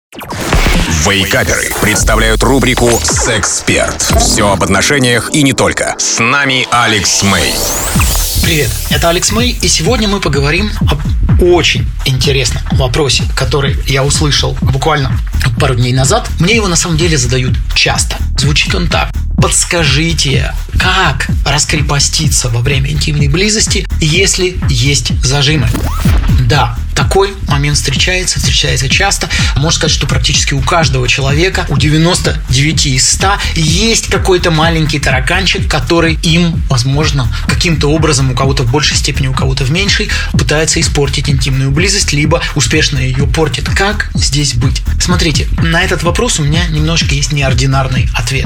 Вейкаперы представляют рубрику «Сексперт». Все об отношениях и не только. С нами Алекс Мэй. Привет, это Алекс Мэй, и сегодня мы поговорим об очень интересном вопросе, который я услышал буквально пару дней назад. Мне его на самом деле задают часто. Звучит он так: подскажите, как раскрепоститься во время интимной близости, если есть зажимы? Да, такой момент встречается часто. Можно сказать, что практически у каждого человека, у 99 из 100, есть какой-то маленький тараканчик, который им, возможно, каким-то образом, у кого-то в большей степени, у кого-то в меньшей, пытается испортить интимную близость, либо успешно ее портит. Как здесь быть? Смотрите, на этот вопрос у меня немножко есть неординарный ответ.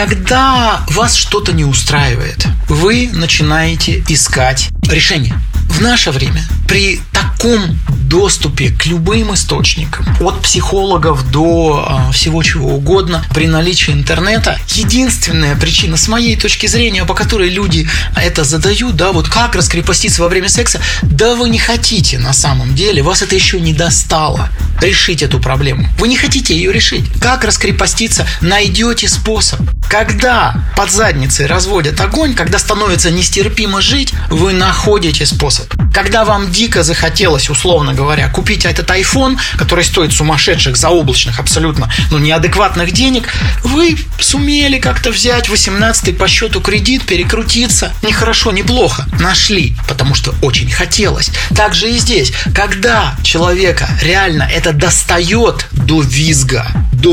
Когда вас что-то не устраивает, вы начинаете искать решение. В наше время при таком доступе к любым источникам, от психологов до всего чего угодно, при наличии интернета, единственная причина, с моей точки зрения, по которой люди это задают, да, вот как раскрепоститься во время секса, да вы не хотите на самом деле, вас это еще не достало решить эту проблему. Вы не хотите ее решить. Как раскрепоститься? Найдете способ. Когда под задницей разводят огонь, когда становится нестерпимо жить, вы находите способ. Когда вам дико захотелось, условно говоря, купить этот iPhone, который стоит сумасшедших, заоблачных, абсолютно неадекватных денег, вы сумели как-то взять 18-й по счету кредит, перекрутиться. Не хорошо, не плохо. Нашли, потому что очень хотелось. Так же и здесь. Когда человека реально это достает до визга,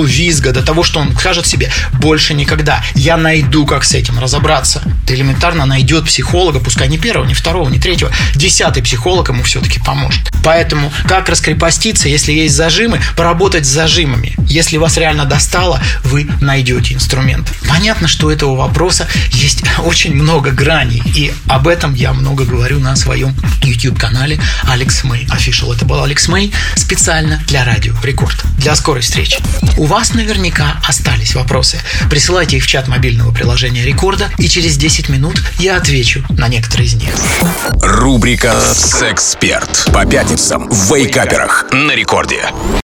до того, что он скажет себе: больше никогда, я найду, как с этим разобраться. Это элементарно найдет психолога, пускай не первого, не второго, не третьего, 10-й психолог ему все-таки поможет. Поэтому как раскрепоститься, если есть зажимы, поработать с зажимами. Если вас реально достало, вы найдете инструмент. Понятно, что у этого вопроса есть очень много граней, и об этом я много говорю на своем YouTube-канале Алекс Мэй Official. Это был Алекс Мэй специально для Радио Рекорд. Для скорой встречи. У вас наверняка остались вопросы. Присылайте их в чат мобильного приложения Рекорда, и через 10 минут я отвечу на некоторые из них. Рубрика «Сексперт» по пятницам в Вейкаперах на Рекорде.